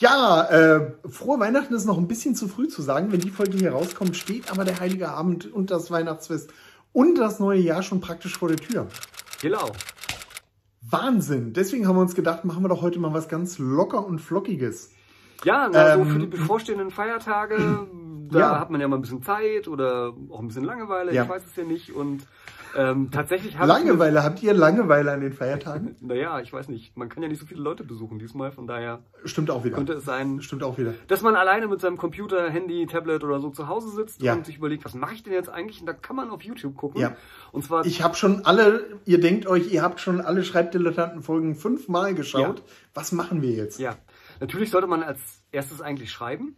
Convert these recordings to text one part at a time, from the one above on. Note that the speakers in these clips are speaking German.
Ja, frohe Weihnachten ist noch ein bisschen zu früh zu sagen. Wenn die Folge hier rauskommt, steht aber der Heilige Abend und das Weihnachtsfest und das neue Jahr schon praktisch vor der Tür. Genau. Wahnsinn. Deswegen haben wir uns gedacht, machen wir doch heute mal was ganz locker und flockiges. Ja, so für die bevorstehenden Feiertage, da hat man ja mal ein bisschen Zeit oder auch ein bisschen Langeweile, ich weiß es ja nicht. Und tatsächlich habe Langeweile, habt ihr Langeweile an den Feiertagen? Naja, ich weiß nicht. Man kann ja nicht so viele Leute besuchen diesmal, von daher stimmt auch wieder. Könnte es sein, stimmt auch wieder, dass man alleine mit seinem Computer, Handy, Tablet oder so zu Hause sitzt und sich überlegt, was mache ich denn jetzt eigentlich? Und da kann man auf YouTube gucken. Ja. Und zwar, ich habe schon alle, ihr denkt euch, ihr habt schon alle Schreibdilettanten-Folgen 5-mal geschaut. Ja. Was machen wir jetzt? Ja, natürlich sollte man als erstes eigentlich schreiben.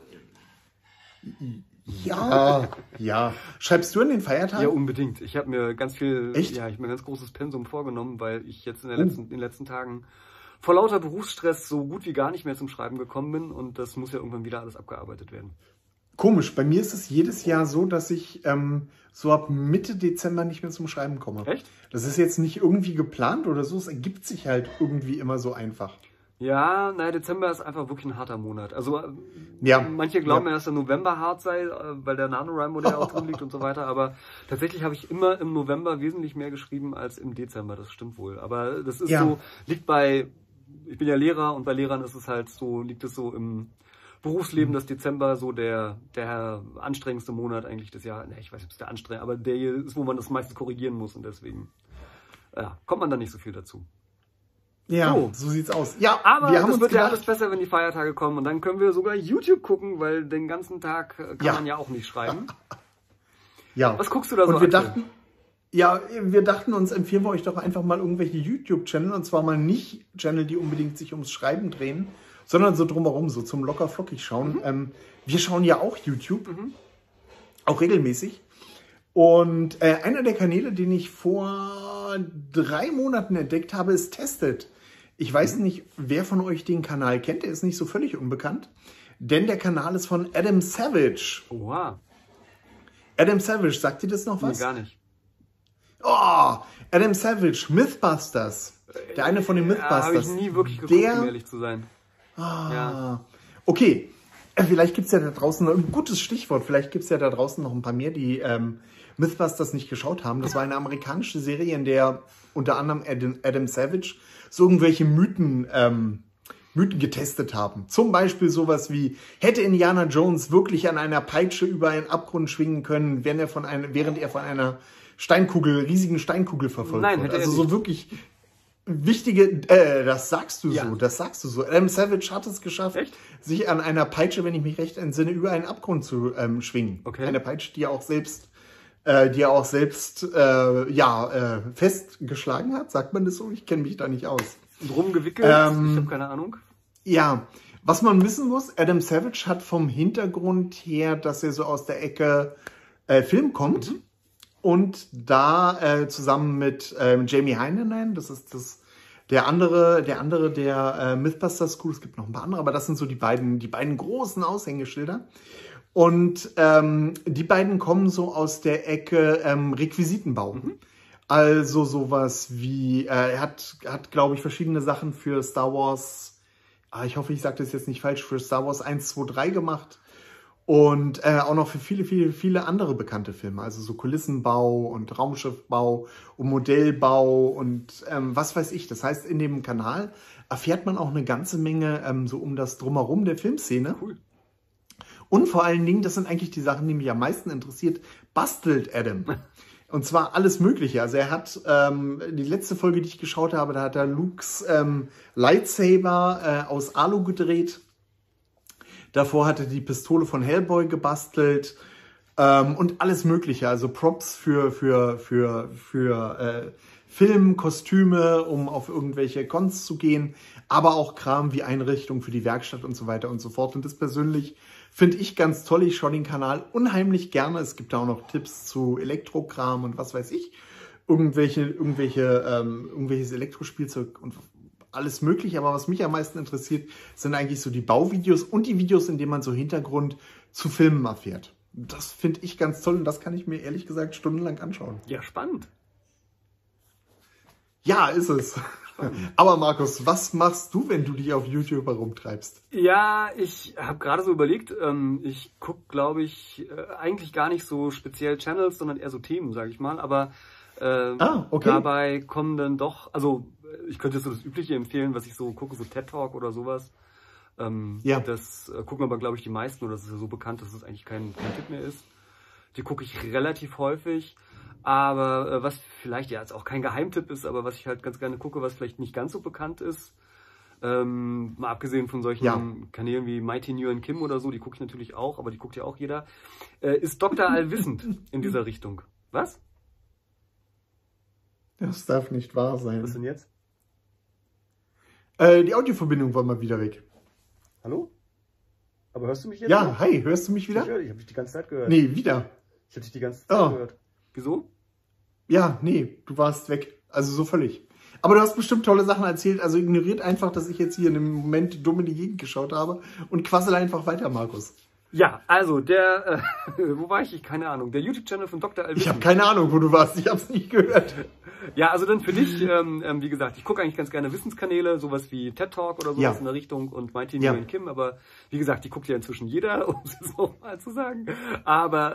Ja, ja. Schreibst du an den Feiertagen? Ja, unbedingt. Ich habe mir ganz viel, Echt? Ja, ich habe mir ein ganz großes Pensum vorgenommen, weil ich jetzt in den letzten Tagen vor lauter Berufsstress so gut wie gar nicht mehr zum Schreiben gekommen bin und das muss ja irgendwann wieder alles abgearbeitet werden. Komisch, bei mir ist es jedes Jahr so, dass ich so ab Mitte Dezember nicht mehr zum Schreiben komme. Echt? Das ist jetzt nicht irgendwie geplant oder so, es ergibt sich halt irgendwie immer so einfach. Ja, naja, Dezember ist einfach wirklich ein harter Monat. Also manche glauben ja, dass der November hart sei, weil der NaNoWriMo-Modell auch drin liegt und so weiter. Aber tatsächlich habe ich immer im November wesentlich mehr geschrieben als im Dezember. Das stimmt wohl. Aber das ist so, liegt bei, ich bin ja Lehrer und bei Lehrern ist es halt so, liegt es so im Berufsleben, dass Dezember so der anstrengendste Monat eigentlich des Jahres, ich weiß nicht, ob es der anstrengend, aber der hier ist, wo man das meiste korrigieren muss und deswegen kommt man da nicht so viel dazu. Ja, so sieht's aus. Ja, aber das wird ja alles besser, wenn die Feiertage kommen und dann können wir sogar YouTube gucken, weil den ganzen Tag kann man ja auch nicht schreiben. Ja. Was guckst du da so an? Wir dachten uns, empfehlen wir euch doch einfach mal irgendwelche YouTube-Channel und zwar mal nicht Channel, die unbedingt sich ums Schreiben drehen, sondern so drumherum, so zum locker flockig schauen. Wir schauen ja auch YouTube, auch regelmäßig. Und einer der Kanäle, den ich vor 3 Monaten entdeckt habe, ist Tested. Ich weiß nicht, wer von euch den Kanal kennt. Der ist nicht so völlig unbekannt. Denn der Kanal ist von Adam Savage. Oha. Adam Savage, sagt dir das noch was? Nee, gar nicht. Oh, Adam Savage, Mythbusters. Der eine von den Mythbusters. Habe ich nie wirklich geguckt, um ehrlich zu sein. Okay. Vielleicht gibt es ja da draußen noch ein gutes Stichwort. Vielleicht gibt es ja da draußen noch ein paar mehr, die Mythbusters nicht geschaut haben. Das war eine amerikanische Serie, in der unter anderem Adam Savage so irgendwelche Mythen getestet haben. Zum Beispiel sowas wie, hätte Indiana Jones wirklich an einer Peitsche über einen Abgrund schwingen können, während er von einer riesigen Steinkugel verfolgt wurde. Hätte er also nicht. So wirklich wichtige, das sagst du so. Adam Savage hat es geschafft, sich an einer Peitsche, wenn ich mich recht entsinne, über einen Abgrund zu schwingen. Okay. Eine Peitsche, die er auch selbst festgeschlagen hat, sagt man das so? Ich kenne mich da nicht aus. Drum gewickelt? Ich habe keine Ahnung. Ja, was man wissen muss, Adam Savage hat vom Hintergrund her, dass er so aus der Ecke Film kommt und da zusammen mit Jamie Hyneman, das ist der andere der Mythbusters School, es gibt noch ein paar andere, aber das sind so die beiden großen Aushängeschilder. Und die beiden kommen so aus der Ecke Requisitenbau. Also sowas wie, er hat glaube ich, verschiedene Sachen für Star Wars, ich hoffe, ich sage das jetzt nicht falsch, für Star Wars 1, 2, 3 gemacht. Und auch noch für viele, viele, viele andere bekannte Filme. Also so Kulissenbau und Raumschiffbau und Modellbau und was weiß ich. Das heißt, in dem Kanal erfährt man auch eine ganze Menge so um das Drumherum der Filmszene. Cool. Und vor allen Dingen, das sind eigentlich die Sachen, die mich am meisten interessiert, bastelt Adam. Und zwar alles Mögliche. Also er hat die letzte Folge, die ich geschaut habe, da hat er Lukes Lightsaber aus Alu gedreht. Davor hat er die Pistole von Hellboy gebastelt und alles Mögliche. Also Props für Film, Kostüme, um auf irgendwelche Cons zu gehen, aber auch Kram wie Einrichtungen für die Werkstatt und so weiter und so fort. Und das persönlich finde ich ganz toll. Ich schaue den Kanal unheimlich gerne. Es gibt da auch noch Tipps zu Elektrokram und was weiß ich. Irgendwelches Elektrospielzeug und alles mögliche. Aber was mich am meisten interessiert, sind eigentlich so die Bauvideos und die Videos, in denen man so Hintergrund zu Filmen erfährt. Das finde ich ganz toll und das kann ich mir ehrlich gesagt stundenlang anschauen. Ja, spannend. Ja, ist es. Aber Markus, was machst du, wenn du dich auf YouTube herumtreibst? Ja, ich habe gerade so überlegt, ich gucke, glaube ich, eigentlich gar nicht so speziell Channels, sondern eher so Themen, sage ich mal. Aber okay. Dabei kommen dann doch, also ich könnte so das Übliche empfehlen, was ich so gucke, so TED Talk oder sowas. Das gucken aber, glaube ich, die meisten, oder das ist ja so bekannt, dass es eigentlich kein Tipp mehr ist. Die gucke ich relativ häufig. Aber was vielleicht ja jetzt auch kein Geheimtipp ist, aber was ich halt ganz gerne gucke, was vielleicht nicht ganz so bekannt ist, mal abgesehen von solchen Kanälen wie Mighty Nguyen Kim oder so, die gucke ich natürlich auch, aber die guckt ja auch jeder, ist Dr. Allwissend in dieser Richtung. Was? Das darf nicht wahr sein. Was denn jetzt? Die Audioverbindung war mal wieder weg. Hallo? Aber hörst du mich jetzt? Ja, noch? Hi, hörst du mich wieder? Ich habe dich die ganze Zeit gehört. Nee, wieder. Ich habe dich die ganze Zeit gehört. Wieso? Ja, nee, du warst weg. Also so völlig. Aber du hast bestimmt tolle Sachen erzählt. Also ignoriert einfach, dass ich jetzt hier in dem Moment dumm in die Gegend geschaut habe und quassel einfach weiter, Markus. Ja, also wo war ich? Keine Ahnung. Der YouTube-Channel von Dr. Allwissend. Ich habe keine Ahnung, wo du warst. Ich habe es nicht gehört. Ja, also dann für dich, wie gesagt, ich gucke eigentlich ganz gerne Wissenskanäle, sowas wie TED Talk oder sowas in der Richtung und Mighty Nguyen Kim, aber wie gesagt, die guckt ja inzwischen jeder, um es jetzt nochmal zu sagen. Aber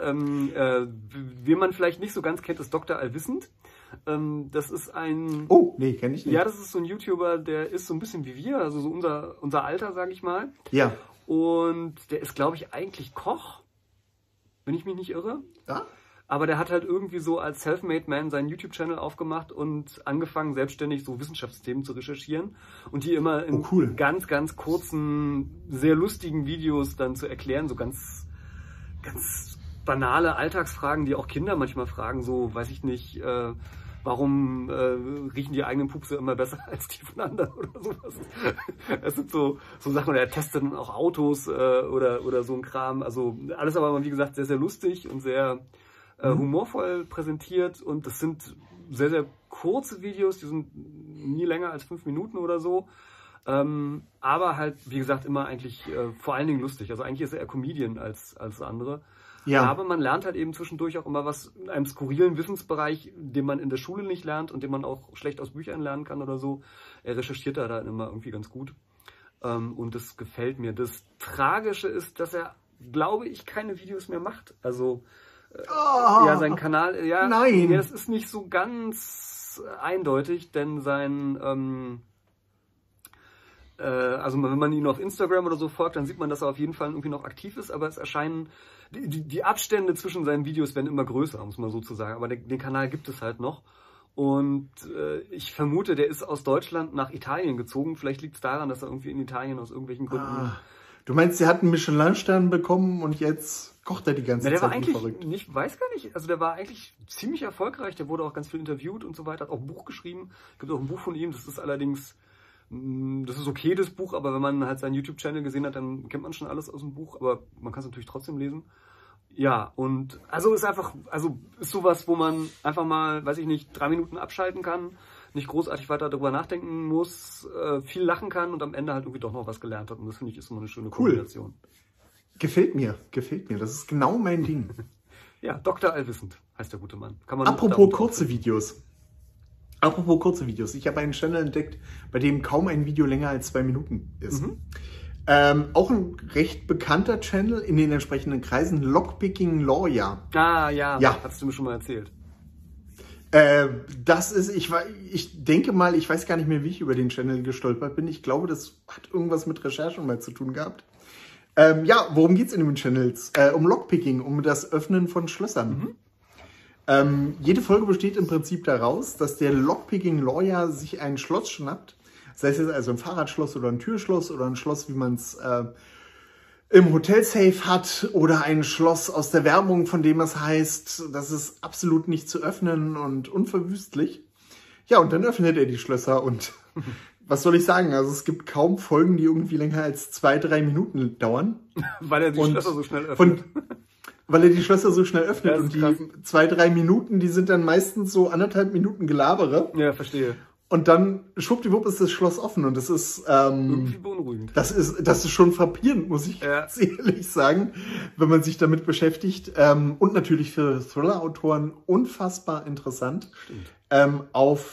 wen man vielleicht nicht so ganz kennt, ist Dr. Allwissend. Das ist ein... Oh, nee, kenne ich nicht. Ja, das ist so ein YouTuber, der ist so ein bisschen wie wir, also so unser Alter, sage ich mal. Ja. Und der ist, glaube ich, eigentlich Koch, wenn ich mich nicht irre. Ja. Aber der hat halt irgendwie so als Selfmade Man seinen YouTube-Channel aufgemacht und angefangen, selbstständig so Wissenschaftsthemen zu recherchieren und die immer in ganz, ganz kurzen, sehr lustigen Videos dann zu erklären, so ganz, ganz banale Alltagsfragen, die auch Kinder manchmal fragen, so, weiß ich nicht, warum riechen die eigenen Pupse immer besser als die von anderen oder sowas. Das sind so Sachen, oder er testet dann auch Autos oder so ein Kram. Also alles aber, wie gesagt, sehr, sehr lustig und sehr humorvoll präsentiert. Und das sind sehr, sehr kurze Videos, die sind nie länger als 5 Minuten oder so. Aber halt, wie gesagt, immer eigentlich vor allen Dingen lustig. Also eigentlich ist er eher Comedian als andere. Ja. Aber man lernt halt eben zwischendurch auch immer was in einem skurrilen Wissensbereich, den man in der Schule nicht lernt und den man auch schlecht aus Büchern lernen kann oder so. Er recherchiert da dann immer irgendwie ganz gut. Und das gefällt mir. Das Tragische ist, dass er, glaube ich, keine Videos mehr macht. Also, ja, sein Kanal, ja, nein. Das ist nicht so ganz eindeutig, denn sein, also wenn man ihn auf Instagram oder so folgt, dann sieht man, dass er auf jeden Fall irgendwie noch aktiv ist, aber es erscheinen, die Abstände zwischen seinen Videos werden immer größer, muss man so zu sagen, aber den Kanal gibt es halt noch und ich vermute, der ist aus Deutschland nach Italien gezogen, vielleicht liegt es daran, dass er irgendwie in Italien aus irgendwelchen Gründen... Du meinst, er hat einen Michelin-Stern bekommen und jetzt kocht er die ganze Zeit wie verrückt? Ich weiß gar nicht, also der war eigentlich ziemlich erfolgreich, der wurde auch ganz viel interviewt und so weiter, hat auch ein Buch geschrieben, gibt auch ein Buch von ihm, das ist allerdings... Das ist okay, das Buch, aber wenn man halt seinen YouTube-Channel gesehen hat, dann kennt man schon alles aus dem Buch, aber man kann es natürlich trotzdem lesen. Ja, und also ist einfach, also ist sowas, wo man einfach mal, weiß ich nicht, 3 Minuten abschalten kann, nicht großartig weiter darüber nachdenken muss, viel lachen kann und am Ende halt irgendwie doch noch was gelernt hat. Und das finde ich ist immer eine schöne Kombination. Gefällt mir. Das ist genau mein Ding. Ja, Dr. Allwissend heißt der gute Mann. Kann man Apropos kurze Videos. Ich habe einen Channel entdeckt, bei dem kaum ein Video länger als 2 Minuten ist. Auch ein recht bekannter Channel in den entsprechenden Kreisen, Lockpicking Lawyer. Ja, hast du mir schon mal erzählt. Das ist, ich denke mal, ich weiß gar nicht mehr, wie ich über den Channel gestolpert bin. Ich glaube, das hat irgendwas mit Recherche mal zu tun gehabt. Ja, worum geht's in den Channels? Um Lockpicking, um das Öffnen von Schlössern. Jede Folge besteht im Prinzip daraus, dass der Lockpicking Lawyer sich ein Schloss schnappt. Sei es jetzt also ein Fahrradschloss oder ein Türschloss oder ein Schloss, wie man es im Hotelsafe hat oder ein Schloss aus der Werbung, von dem es heißt, das ist absolut nicht zu öffnen und unverwüstlich. Ja, und dann öffnet er die Schlösser und was soll ich sagen? Also es gibt kaum Folgen, die irgendwie länger als 2-3 Minuten dauern. Weil er die Schlösser so schnell öffnet. Weil er die Schlösser so schnell öffnet und die 2-3 Minuten, die sind dann meistens so 1,5 Minuten Gelabere. Ja, verstehe. Und dann schwuppdiwupp ist das Schloss offen und das ist irgendwie beunruhigend. Das ist schon frappierend, muss ich ganz ehrlich sagen, wenn man sich damit beschäftigt. Und natürlich für Thriller-Autoren unfassbar interessant. Auf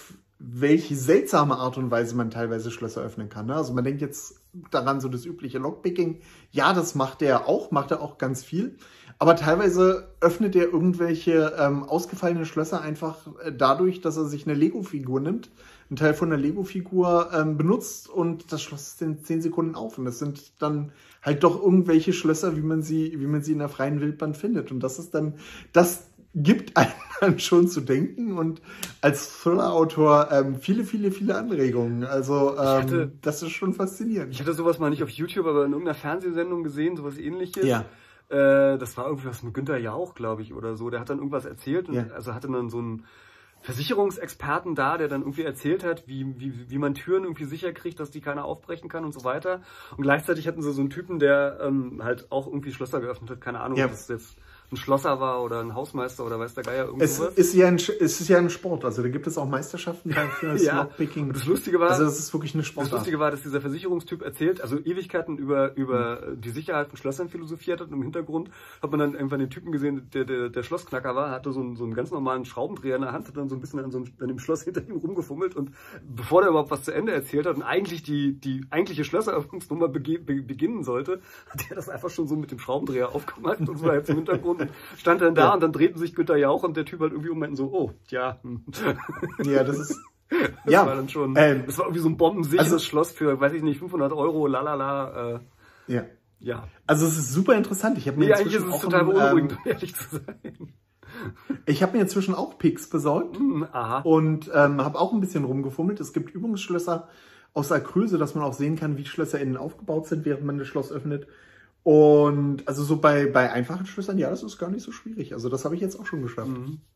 welche seltsame Art und Weise man teilweise Schlösser öffnen kann. Ne? Also man denkt jetzt daran, so das übliche Lockpicking. Ja, das macht er auch ganz viel. Aber teilweise öffnet er irgendwelche ausgefallene Schlösser einfach dadurch, dass er sich eine Lego-Figur nimmt, einen Teil von der Lego-Figur benutzt und das Schloss ist in 10 Sekunden auf. Und das sind dann halt doch irgendwelche Schlösser, wie man sie in der freien Wildbahn findet. Und das gibt einem dann schon zu denken und als Thriller-Autor viele Anregungen. Also das ist schon faszinierend. Ich hatte sowas mal nicht auf YouTube, aber in irgendeiner Fernsehsendung gesehen, sowas Ähnliches. Ja. Das war irgendwie was mit Günther Jauch, glaube ich, oder so. Der hat dann irgendwas erzählt und also hatte dann so einen Versicherungsexperten da, der dann irgendwie erzählt hat, wie man Türen irgendwie sicher kriegt, dass die keiner aufbrechen kann und so weiter. Und gleichzeitig hatten sie so einen Typen, der halt auch irgendwie Schlösser geöffnet hat. Keine Ahnung, ob das jetzt ein Schlosser war oder ein Hausmeister oder weiß der Geier irgendwas. Es ist ja ein Sport, also da gibt es auch Meisterschaften für das Lockpicking. Das Lustige war, also das ist wirklich eine Sportart. Das Lustige war, dass dieser Versicherungstyp erzählt, also Ewigkeiten über die Sicherheit von Schlössern philosophiert hat und im Hintergrund hat man dann irgendwann den Typen gesehen, der Schlossknacker war, hatte so einen ganz normalen Schraubendreher in der Hand, hat dann so ein bisschen an dem Schloss hinter ihm rumgefummelt und bevor der überhaupt was zu Ende erzählt hat und eigentlich die eigentliche Schlösseröffnungsnummer beginnen sollte, hat er das einfach schon so mit dem Schraubendreher aufgemacht und so jetzt im Hintergrund stand dann da und dann drehten sich Günther Jauch und der Typ halt irgendwie umwenden so, oh, ja. Ja, das ist... Das war dann schon, das war irgendwie so ein bombensicheres Schloss für, weiß ich nicht, 500 €, lalala. Ja. Also es ist super interessant. Ich habe mir eigentlich ist es total beunruhigend, um ehrlich zu sein. Ich habe mir inzwischen auch Picks besorgt und habe auch ein bisschen rumgefummelt. Es gibt Übungsschlösser aus Acryl, sodass man auch sehen kann, wie Schlösser innen aufgebaut sind, während man das Schloss öffnet. Und also so bei einfachen Schlössern, ja, das ist gar nicht so schwierig. Also das habe ich jetzt auch schon geschafft.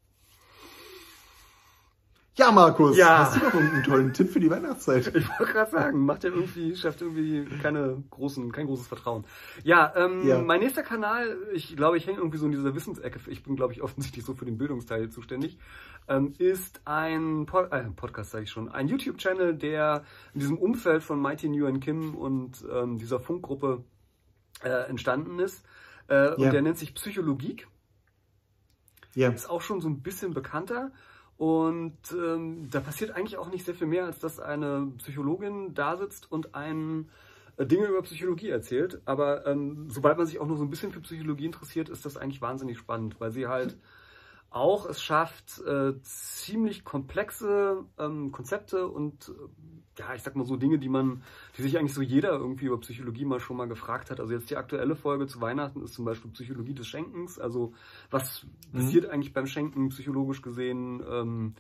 Ja, Markus, hast du noch einen tollen Tipp für die Weihnachtszeit? Ich wollte gerade sagen, schafft irgendwie kein großes Vertrauen. Ja, mein nächster Kanal, ich glaube, ich hänge irgendwie so in dieser Wissensecke, ich bin, glaube ich, offensichtlich so für den Bildungsteil zuständig, ist ein Podcast, sage ich schon, ein YouTube-Channel, der in diesem Umfeld von Mighty Nguyen Kim und dieser Funkgruppe entstanden ist. Und der nennt sich Psychologiek. Ist auch schon so ein bisschen bekannter. Und da passiert eigentlich auch nicht sehr viel mehr, als dass eine Psychologin da sitzt und einen Dinge über Psychologie erzählt. Aber sobald man sich auch nur so ein bisschen für Psychologie interessiert, ist das eigentlich wahnsinnig spannend, weil sie halt auch es schafft, ziemlich komplexe Konzepte und ja, ich sag mal so Dinge, die sich eigentlich so jeder irgendwie über Psychologie mal schon mal gefragt hat. Also jetzt die aktuelle Folge zu Weihnachten ist zum Beispiel Psychologie des Schenkens. Also was passiert eigentlich beim Schenken psychologisch gesehen?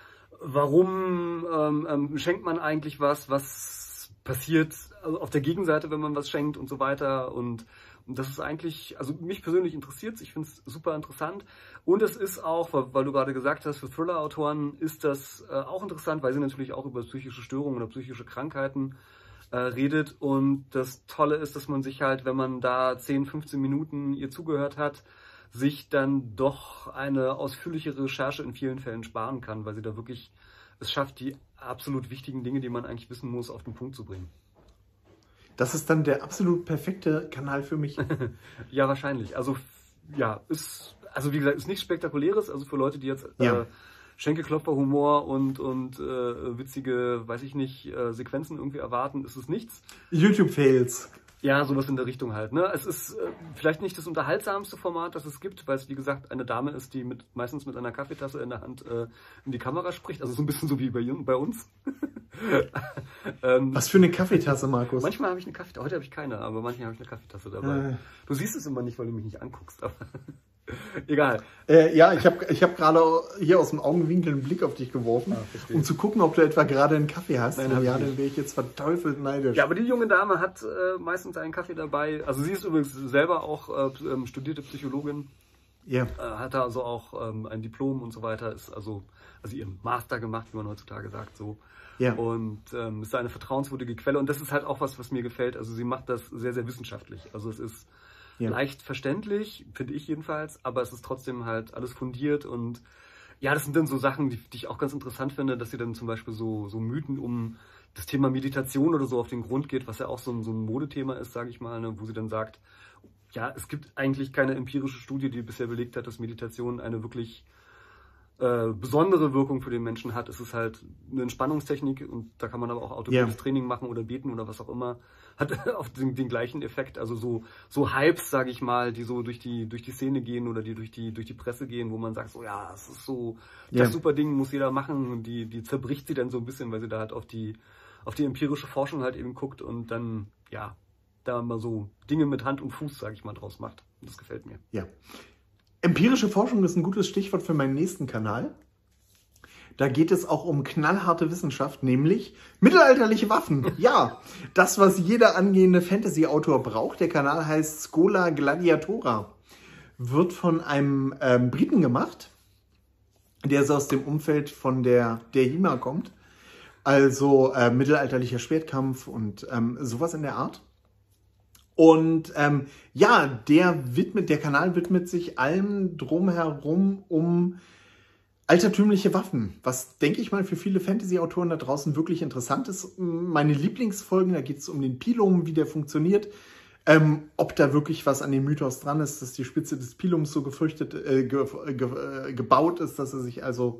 Warum schenkt man eigentlich was? Was passiert auf der Gegenseite, wenn man was schenkt und so weiter? Und das ist eigentlich, also mich persönlich interessiert es, ich finde es super interessant. Und es ist auch, weil du gerade gesagt hast, für Thriller-Autoren ist das auch interessant, weil sie natürlich auch über psychische Störungen oder psychische Krankheiten redet. Und das Tolle ist, dass man sich halt, wenn man da 10, 15 Minuten ihr zugehört hat, sich dann doch eine ausführliche Recherche in vielen Fällen sparen kann, weil sie da wirklich es schafft, die absolut wichtigen Dinge, die man eigentlich wissen muss, auf den Punkt zu bringen. Das ist dann der absolut perfekte Kanal für mich. Ja, wahrscheinlich. Also, ja, wie gesagt, ist nichts Spektakuläres. Also für Leute, die jetzt Schenkelklopfer-Humor und witzige, weiß ich nicht, Sequenzen irgendwie erwarten, ist es nichts. YouTube-Fails. Ja, sowas in der Richtung halt. Ne? Es ist vielleicht nicht das unterhaltsamste Format, das es gibt, weil es, wie gesagt, eine Dame ist, die meistens mit einer Kaffeetasse in der Hand in die Kamera spricht. Also so ein bisschen so wie bei uns. Was für eine Kaffeetasse, Markus? Manchmal habe ich eine Kaffeetasse, heute habe ich keine, aber manchmal habe ich eine Kaffeetasse dabei. Du siehst es immer nicht, weil du mich nicht anguckst, aber egal. Ja, ich hab gerade hier aus dem Augenwinkel einen Blick auf dich geworfen, um zu gucken, ob du etwa gerade einen Kaffee hast. Nein, dann wäre ich jetzt verteufelt neidisch. Ja, aber die junge Dame hat meistens einen Kaffee dabei. Also sie ist übrigens selber auch studierte Psychologin. Ja. Hat da also auch ein Diplom und so weiter, ist also ihren Master gemacht, wie man heutzutage sagt, so. Ja. Und ist eine vertrauenswürdige Quelle und das ist halt auch was mir gefällt. Also sie macht das sehr, sehr wissenschaftlich. Also es ist leicht verständlich, finde ich jedenfalls, aber es ist trotzdem halt alles fundiert und ja, das sind dann so Sachen, die ich auch ganz interessant finde, dass sie dann zum Beispiel so Mythen um das Thema Meditation oder so auf den Grund geht, was ja auch so ein Modethema ist, sage ich mal, ne, wo sie dann sagt, ja, es gibt eigentlich keine empirische Studie, die bisher belegt hat, dass Meditation eine wirklich besondere Wirkung für den Menschen hat. Es ist halt eine Entspannungstechnik und da kann man aber auch autogenes Training machen oder beten oder was auch immer. Hat auf den gleichen Effekt. Also so Hypes, sage ich mal, die so durch die Szene gehen oder die durch die Presse gehen, wo man sagt, so ja, es ist so, das super Ding muss jeder machen und die zerbricht sie dann so ein bisschen, weil sie da halt auf die empirische Forschung halt eben guckt und dann, ja, da mal so Dinge mit Hand und Fuß, sage ich mal, draus macht. Und das gefällt mir. Ja. Empirische Forschung ist ein gutes Stichwort für meinen nächsten Kanal. Da geht es auch um knallharte Wissenschaft, nämlich mittelalterliche Waffen. Ja, das, was jeder angehende Fantasy-Autor braucht. Der Kanal heißt Schola Gladiatora. Wird von einem Briten gemacht, der so aus dem Umfeld von der HEMA kommt. Also mittelalterlicher Schwertkampf und sowas in der Art. Und ja, der Kanal widmet sich allem drumherum um altertümliche Waffen, was, denke ich mal, für viele Fantasy-Autoren da draußen wirklich interessant ist. Meine Lieblingsfolgen, da geht es um den Pilum, wie der funktioniert, ob da wirklich was an dem Mythos dran ist, dass die Spitze des Pilums so gebaut ist, dass er sich also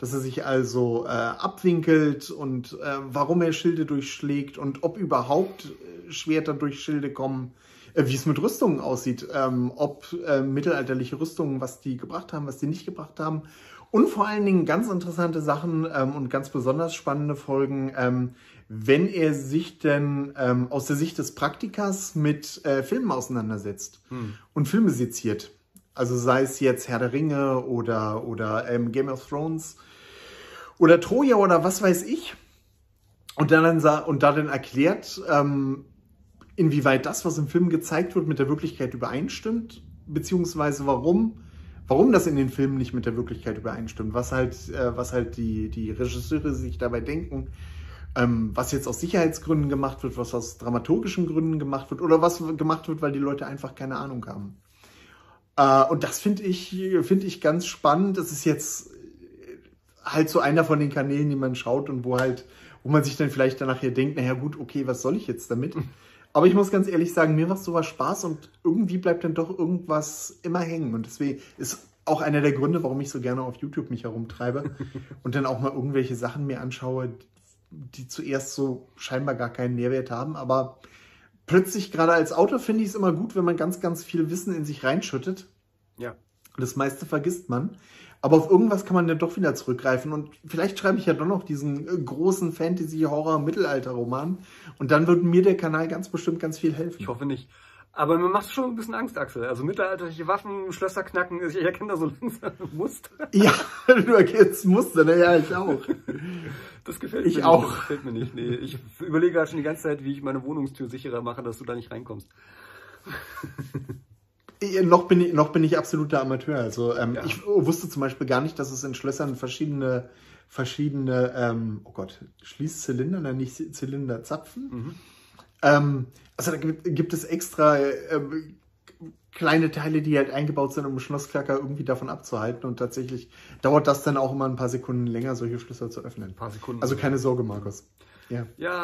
abwinkelt und warum er Schilde durchschlägt und ob überhaupt Schwerter durch Schilde kommen, wie es mit Rüstungen aussieht, ob mittelalterliche Rüstungen, was die gebracht haben, was die nicht gebracht haben. Und vor allen Dingen ganz interessante Sachen und ganz besonders spannende Folgen, wenn er sich denn aus der Sicht des Praktikers mit Filmen auseinandersetzt und Filme seziert. Also sei es jetzt Herr der Ringe oder Game of Thrones oder Troja oder was weiß ich. Und dann erklärt, inwieweit das, was im Film gezeigt wird, mit der Wirklichkeit übereinstimmt, beziehungsweise warum das in den Filmen nicht mit der Wirklichkeit übereinstimmt, was halt die Regisseure sich dabei denken, was jetzt aus Sicherheitsgründen gemacht wird, was aus dramaturgischen Gründen gemacht wird oder was gemacht wird, weil die Leute einfach keine Ahnung haben. Und das finde ich ganz spannend. Das ist jetzt halt so einer von den Kanälen, die man schaut und wo man sich dann vielleicht danach hier denkt, naja gut, okay, was soll ich jetzt damit? Aber ich muss ganz ehrlich sagen, mir macht sowas Spaß und irgendwie bleibt dann doch irgendwas immer hängen. Und deswegen ist auch einer der Gründe, warum ich so gerne auf YouTube mich herumtreibe und dann auch mal irgendwelche Sachen mir anschaue, die zuerst so scheinbar gar keinen Nährwert haben. Aber plötzlich, gerade als Autor, finde ich es immer gut, wenn man ganz, ganz viel Wissen in sich reinschüttet. Ja. Das meiste vergisst man. Aber auf irgendwas kann man dann doch wieder zurückgreifen. Und vielleicht schreibe ich ja doch noch diesen großen Fantasy-Horror-Mittelalter-Roman. Und dann wird mir der Kanal ganz bestimmt ganz viel helfen. Ich hoffe nicht. Aber mir macht schon ein bisschen Angst, Axel. Also mittelalterliche Waffen, Schlösser knacken, ich erkenne da so langsam Muster. Ja, du erkennst Muster, naja, ich auch. Das gefällt mir nicht. Das gefällt mir nicht. Nee, ich überlege gerade schon die ganze Zeit, wie ich meine Wohnungstür sicherer mache, dass du da nicht reinkommst. Noch bin ich absoluter Amateur. Also ich wusste zum Beispiel gar nicht, dass es in Schlössern verschiedene Schließzylinder, nein, nicht Zylinder, Zapfen. Also da gibt es extra kleine Teile, die halt eingebaut sind, um Schlossknacker irgendwie davon abzuhalten. Und tatsächlich dauert das dann auch immer ein paar Sekunden länger, solche Schlösser zu öffnen. Ein paar Sekunden. Also keine Sorge, Markus. Ja.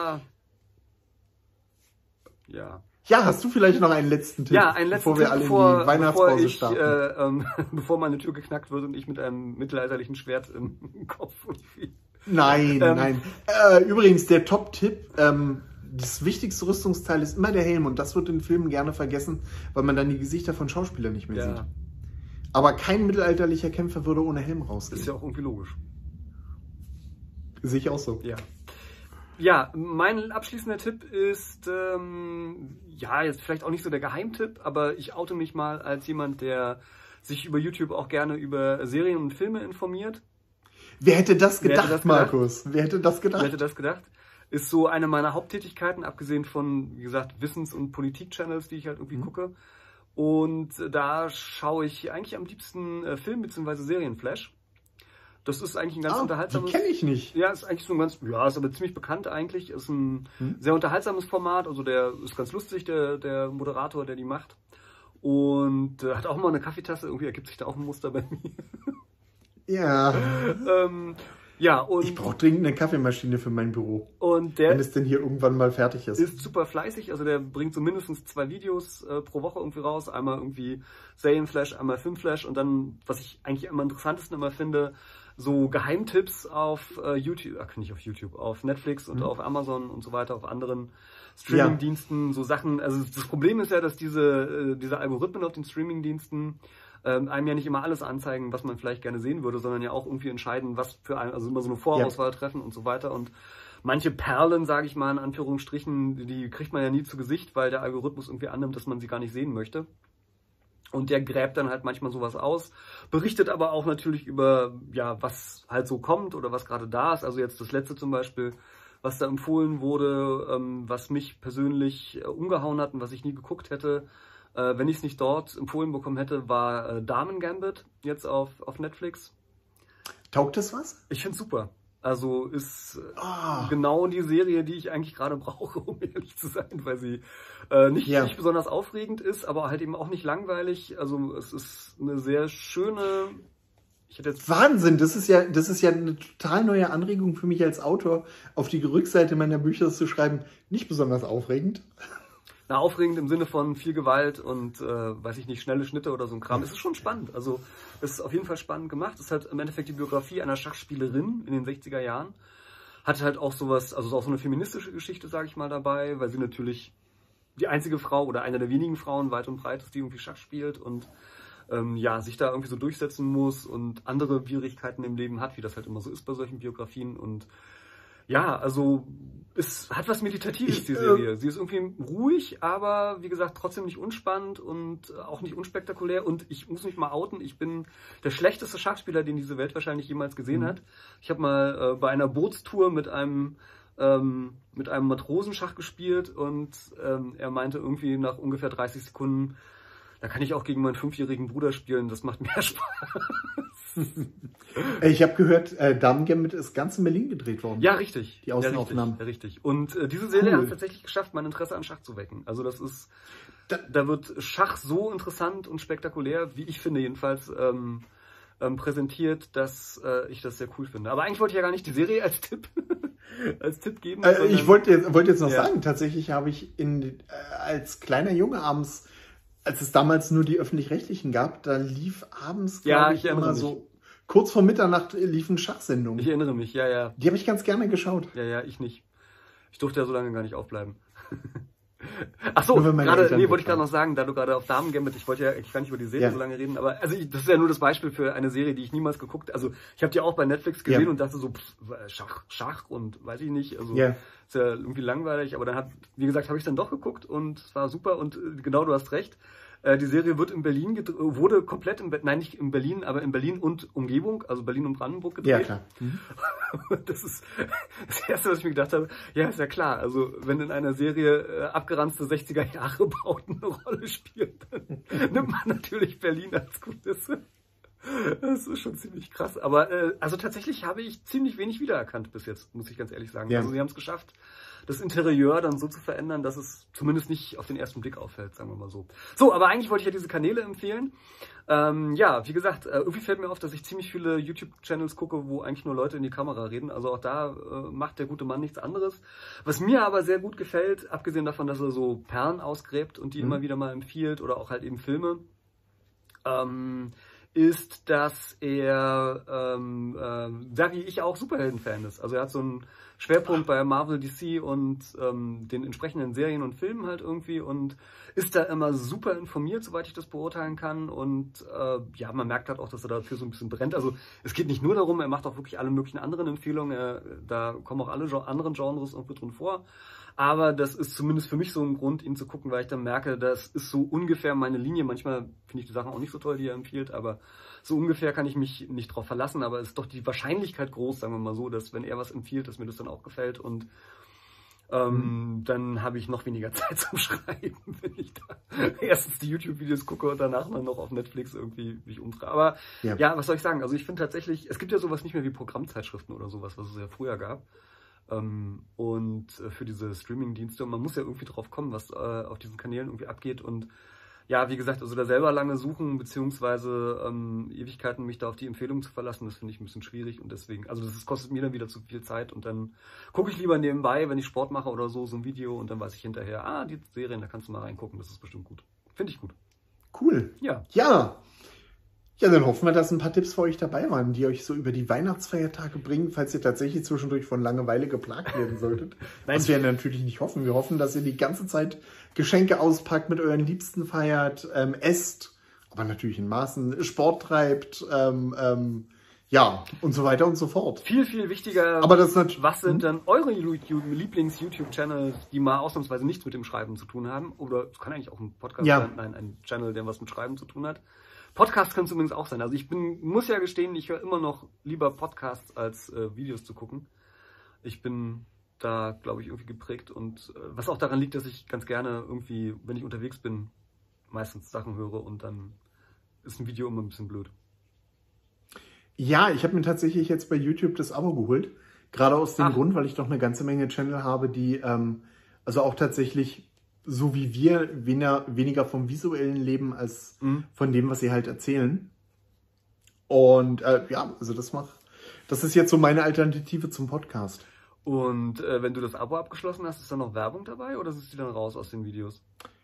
Ja, hast du vielleicht noch einen letzten Tipp, bevor wir alle in die Weihnachtspause starten? Bevor meine Tür geknackt wird und ich mit einem mittelalterlichen Schwert im Kopf irgendwie. Nein. Übrigens, der Top-Tipp, das wichtigste Rüstungsteil ist immer der Helm und das wird in Filmen gerne vergessen, weil man dann die Gesichter von Schauspielern nicht mehr sieht. Aber kein mittelalterlicher Kämpfer würde ohne Helm rausgehen. Ist ja auch irgendwie logisch. Sehe ich auch so. Ja, mein abschließender Tipp ist, jetzt vielleicht auch nicht so der Geheimtipp, aber ich oute mich mal als jemand, der sich über YouTube auch gerne über Serien und Filme informiert. Wer hätte das gedacht, Markus? Wer hätte das gedacht? Ist so eine meiner Haupttätigkeiten, abgesehen von, wie gesagt, Wissens- und Politik-Channels, die ich halt irgendwie gucke. Und da schaue ich eigentlich am liebsten Film- bzw. Serienflash. Das ist eigentlich ein ganz unterhaltsames... Die kenne ich nicht. Ja, ist eigentlich so ein ist aber ziemlich bekannt eigentlich. Ist ein sehr unterhaltsames Format. Also der ist ganz lustig, der Moderator, der die macht. Und hat auch mal eine Kaffeetasse. Irgendwie ergibt sich da auch ein Muster bei mir. Ja. Und ich brauche dringend eine Kaffeemaschine für mein Büro. Und wenn es denn hier irgendwann mal fertig ist. Ist super fleißig. Also der bringt so mindestens 2 Videos pro Woche irgendwie raus. Einmal irgendwie Serienflash, einmal Filmflash. Und dann, was ich eigentlich am interessantesten immer finde, so Geheimtipps auf YouTube, nicht auf YouTube, auf Netflix und auf Amazon und so weiter, auf anderen Streamingdiensten, so Sachen. Also das Problem ist ja, dass diese Algorithmen auf den Streamingdiensten einem ja nicht immer alles anzeigen, was man vielleicht gerne sehen würde, sondern ja auch irgendwie entscheiden, was für ein, also immer so eine Vorauswahl treffen und so weiter. Und manche Perlen, sage ich mal in Anführungsstrichen, die kriegt man ja nie zu Gesicht, weil der Algorithmus irgendwie annimmt, dass man sie gar nicht sehen möchte. Und der gräbt dann halt manchmal sowas aus, berichtet aber auch natürlich über, ja, was halt so kommt oder was gerade da ist. Also jetzt das letzte zum Beispiel, was da empfohlen wurde, was mich persönlich umgehauen hat und was ich nie geguckt hätte, wenn ich es nicht dort empfohlen bekommen hätte, war Damen Gambit, jetzt auf Netflix. Taugt das was? Ich finde es super. Also ist genau die Serie, die ich eigentlich gerade brauche, um ehrlich zu sein, weil sie nicht besonders aufregend ist, aber halt eben auch nicht langweilig. Also es ist eine sehr schöne... Wahnsinn, das ist ja eine total neue Anregung für mich als Autor, auf die Rückseite meiner Bücher zu schreiben. Nicht besonders aufregend. Na, aufregend im Sinne von viel Gewalt und, weiß ich nicht, schnelle Schnitte oder so ein Kram. Es ist schon spannend. Also, es ist auf jeden Fall spannend gemacht. Es ist halt im Endeffekt die Biografie einer Schachspielerin in den 60er Jahren. Hat halt auch sowas, also auch so eine feministische Geschichte, sage ich mal, dabei, weil sie natürlich die einzige Frau oder eine der wenigen Frauen weit und breit ist, die irgendwie Schach spielt und sich da irgendwie so durchsetzen muss und andere Schwierigkeiten im Leben hat, wie das halt immer so ist bei solchen Biografien. Und ja, also es hat was Meditatives, die Serie. Sie ist irgendwie ruhig, aber wie gesagt, trotzdem nicht unspannend und auch nicht unspektakulär. Und ich muss mich mal outen, ich bin der schlechteste Schachspieler, den diese Welt wahrscheinlich jemals gesehen hat. Ich habe mal bei einer Bootstour mit einem Matrosenschach gespielt und er meinte irgendwie nach ungefähr 30 Sekunden, da kann ich auch gegen meinen 5-jährigen Bruder spielen, das macht mehr Spaß. Ich habe gehört, Damen Gambit ist ganz in Berlin gedreht worden. Ja, richtig. Die Außenaufnahmen. Ja, richtig. Und diese Serie hat es tatsächlich geschafft, mein Interesse an Schach zu wecken. Also das ist, da wird Schach so interessant und spektakulär, wie ich finde jedenfalls, präsentiert, dass ich das sehr cool finde. Aber eigentlich wollte ich ja gar nicht die Serie als Tipp geben. Ich wollte jetzt noch sagen, tatsächlich habe ich als kleiner Junge abends, als es damals nur die Öffentlich-Rechtlichen gab, da lief abends, glaube ich, immer so kurz vor Mitternacht liefen Schachsendungen. Ich erinnere mich, ja. Die habe ich ganz gerne geschaut. Ja, ich nicht. Ich durfte ja so lange gar nicht aufbleiben. Achso, wollte ich gerade noch sagen, da du gerade auf Damen Gambit, ich wollte ja gar nicht über die Serie so lange reden, aber also das ist ja nur das Beispiel für eine Serie, die ich niemals geguckt habe. Also ich habe die auch bei Netflix gesehen und dachte so, Schach und weiß ich nicht, also ist ja irgendwie langweilig, aber dann wie gesagt, habe ich dann doch geguckt und es war super und genau, du hast recht. Die Serie wurde komplett nicht in Berlin, aber in Berlin und Umgebung, also Berlin und Brandenburg gedreht. Ja, klar. Das ist das Erste, was ich mir gedacht habe. Ja, ist ja klar. Also, wenn in einer Serie abgeranzte 60er-Jahre-Bauten eine Rolle spielen, dann nimmt man natürlich Berlin als Kulisse. Das ist schon ziemlich krass. Aber also tatsächlich habe ich ziemlich wenig wiedererkannt bis jetzt, muss ich ganz ehrlich sagen. Ja. Also sie haben es geschafft, das Interieur dann so zu verändern, dass es zumindest nicht auf den ersten Blick auffällt, sagen wir mal so. So, aber eigentlich wollte ich ja diese Kanäle empfehlen. Wie gesagt, irgendwie fällt mir auf, dass ich ziemlich viele YouTube-Channels gucke, wo eigentlich nur Leute in die Kamera reden. Also auch da macht der gute Mann nichts anderes. Was mir aber sehr gut gefällt, abgesehen davon, dass er so Perlen ausgräbt und die immer wieder mal empfiehlt oder auch halt eben Filme, ist, dass er, wie ich auch, Superhelden-Fan ist. Also er hat so einen Schwerpunkt bei Marvel, DC und den entsprechenden Serien und Filmen halt irgendwie und ist da immer super informiert, soweit ich das beurteilen kann. Und man merkt halt auch, dass er dafür so ein bisschen brennt. Also es geht nicht nur darum, er macht auch wirklich alle möglichen anderen Empfehlungen. Da kommen auch alle anderen Genres irgendwie drin vor. Aber das ist zumindest für mich so ein Grund, ihn zu gucken, weil ich dann merke, das ist so ungefähr meine Linie. Manchmal finde ich die Sachen auch nicht so toll, die er empfiehlt, aber so ungefähr kann ich mich nicht drauf verlassen. Aber es ist doch die Wahrscheinlichkeit groß, sagen wir mal so, dass wenn er was empfiehlt, dass mir das dann auch gefällt. Und dann habe ich noch weniger Zeit zum Schreiben, wenn ich da erstens die YouTube-Videos gucke und danach dann noch auf Netflix irgendwie mich umtreibe. Aber ja, was soll ich sagen? Also ich finde tatsächlich, es gibt ja sowas nicht mehr wie Programmzeitschriften oder sowas, was es ja früher gab. Und für diese Streaming-Dienste. Und man muss ja irgendwie drauf kommen, was auf diesen Kanälen irgendwie abgeht. Und ja, wie gesagt, also da selber lange suchen, beziehungsweise Ewigkeiten mich da auf die Empfehlung zu verlassen, das finde ich ein bisschen schwierig. Und deswegen, also das kostet mir dann wieder zu viel Zeit. Und dann gucke ich lieber nebenbei, wenn ich Sport mache oder so ein Video. Und dann weiß ich hinterher, die Serien, da kannst du mal reingucken, das ist bestimmt gut. Finde ich gut. Cool. Ja. Ja. Ja, dann hoffen wir, dass ein paar Tipps für euch dabei waren, die euch so über die Weihnachtsfeiertage bringen, falls ihr tatsächlich zwischendurch von Langeweile geplagt werden solltet. Nein, was wir natürlich nicht hoffen. Wir hoffen, dass ihr die ganze Zeit Geschenke auspackt, mit euren Liebsten feiert, esst, aber natürlich in Maßen, Sport treibt, ja, und so weiter und so fort. Viel, viel wichtiger, aber das was sind dann eure Lieblings-YouTube-Channels, die mal ausnahmsweise nichts mit dem Schreiben zu tun haben? Oder es kann eigentlich auch ein Podcast sein, nein, ein Channel, der was mit Schreiben zu tun hat. Podcast kann es übrigens auch sein. Also muss ja gestehen, ich höre immer noch lieber Podcasts als Videos zu gucken. Ich bin da, glaube ich, irgendwie geprägt und was auch daran liegt, dass ich ganz gerne irgendwie, wenn ich unterwegs bin, meistens Sachen höre und dann ist ein Video immer ein bisschen blöd. Ja, ich habe mir tatsächlich jetzt bei YouTube das Abo geholt. Gerade aus dem Grund, weil ich doch eine ganze Menge Channel habe, die also auch tatsächlich so wie wir weniger vom visuellen leben als von dem, was sie halt erzählen. Und ja, also das ist jetzt so meine Alternative zum Podcast. Und wenn du das Abo abgeschlossen hast, ist da noch Werbung dabei oder ist die dann raus aus den Videos?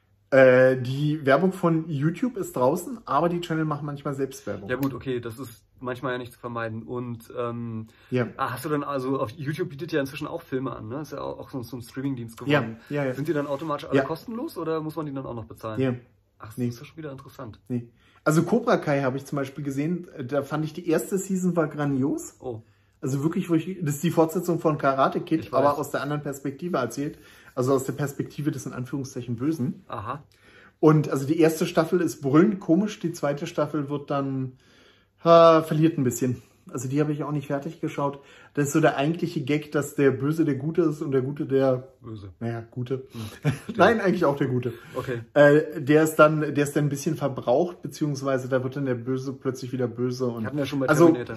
Die Werbung von YouTube ist draußen, aber die Channel machen manchmal Selbstwerbung. Ja gut, okay, das ist manchmal ja nicht zu vermeiden. Und hast du dann, also auf YouTube bietet ja inzwischen auch Filme an, ne? Ist ja auch so ein Streamingdienst geworden. Ja. Sind die dann automatisch alle kostenlos oder muss man die dann auch noch bezahlen? Ja. Ach, das ist ja schon wieder interessant. Nee. Also Cobra Kai habe ich zum Beispiel gesehen, da fand ich die erste Season war grandios. Oh. Also wirklich, das ist die Fortsetzung von Karate Kid, aber aus der anderen Perspektive erzählt. Also aus der Perspektive des in Anführungszeichen Bösen. Aha. Und also die erste Staffel ist brüllend komisch, die zweite Staffel wird dann verliert ein bisschen. Also die habe ich auch nicht fertig geschaut. Das ist so der eigentliche Gag, dass der Böse der Gute ist und der Gute der Böse. Naja, Gute. Nein, eigentlich auch der Gute. Okay. Der ist dann ein bisschen verbraucht, beziehungsweise da wird dann der Böse plötzlich wieder böse. Und hatten wir schon bei Terminator.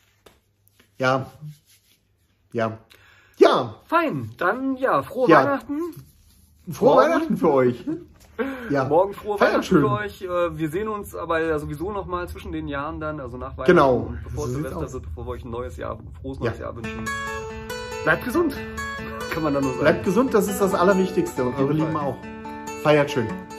Ja. Fein, dann frohe Weihnachten. Frohe Weihnachten für euch. Ja. Morgen frohe Weihnachten für euch. Wir sehen uns aber ja sowieso nochmal zwischen den Jahren dann, also nach Weihnachten. Genau. Und bevor Silvester wird, bevor wir euch ein frohes neues Jahr wünschen. Bleibt gesund, kann man dann nur sagen. Bleibt gesund, das ist das Allerwichtigste und eure Lieben auch. Feiert schön.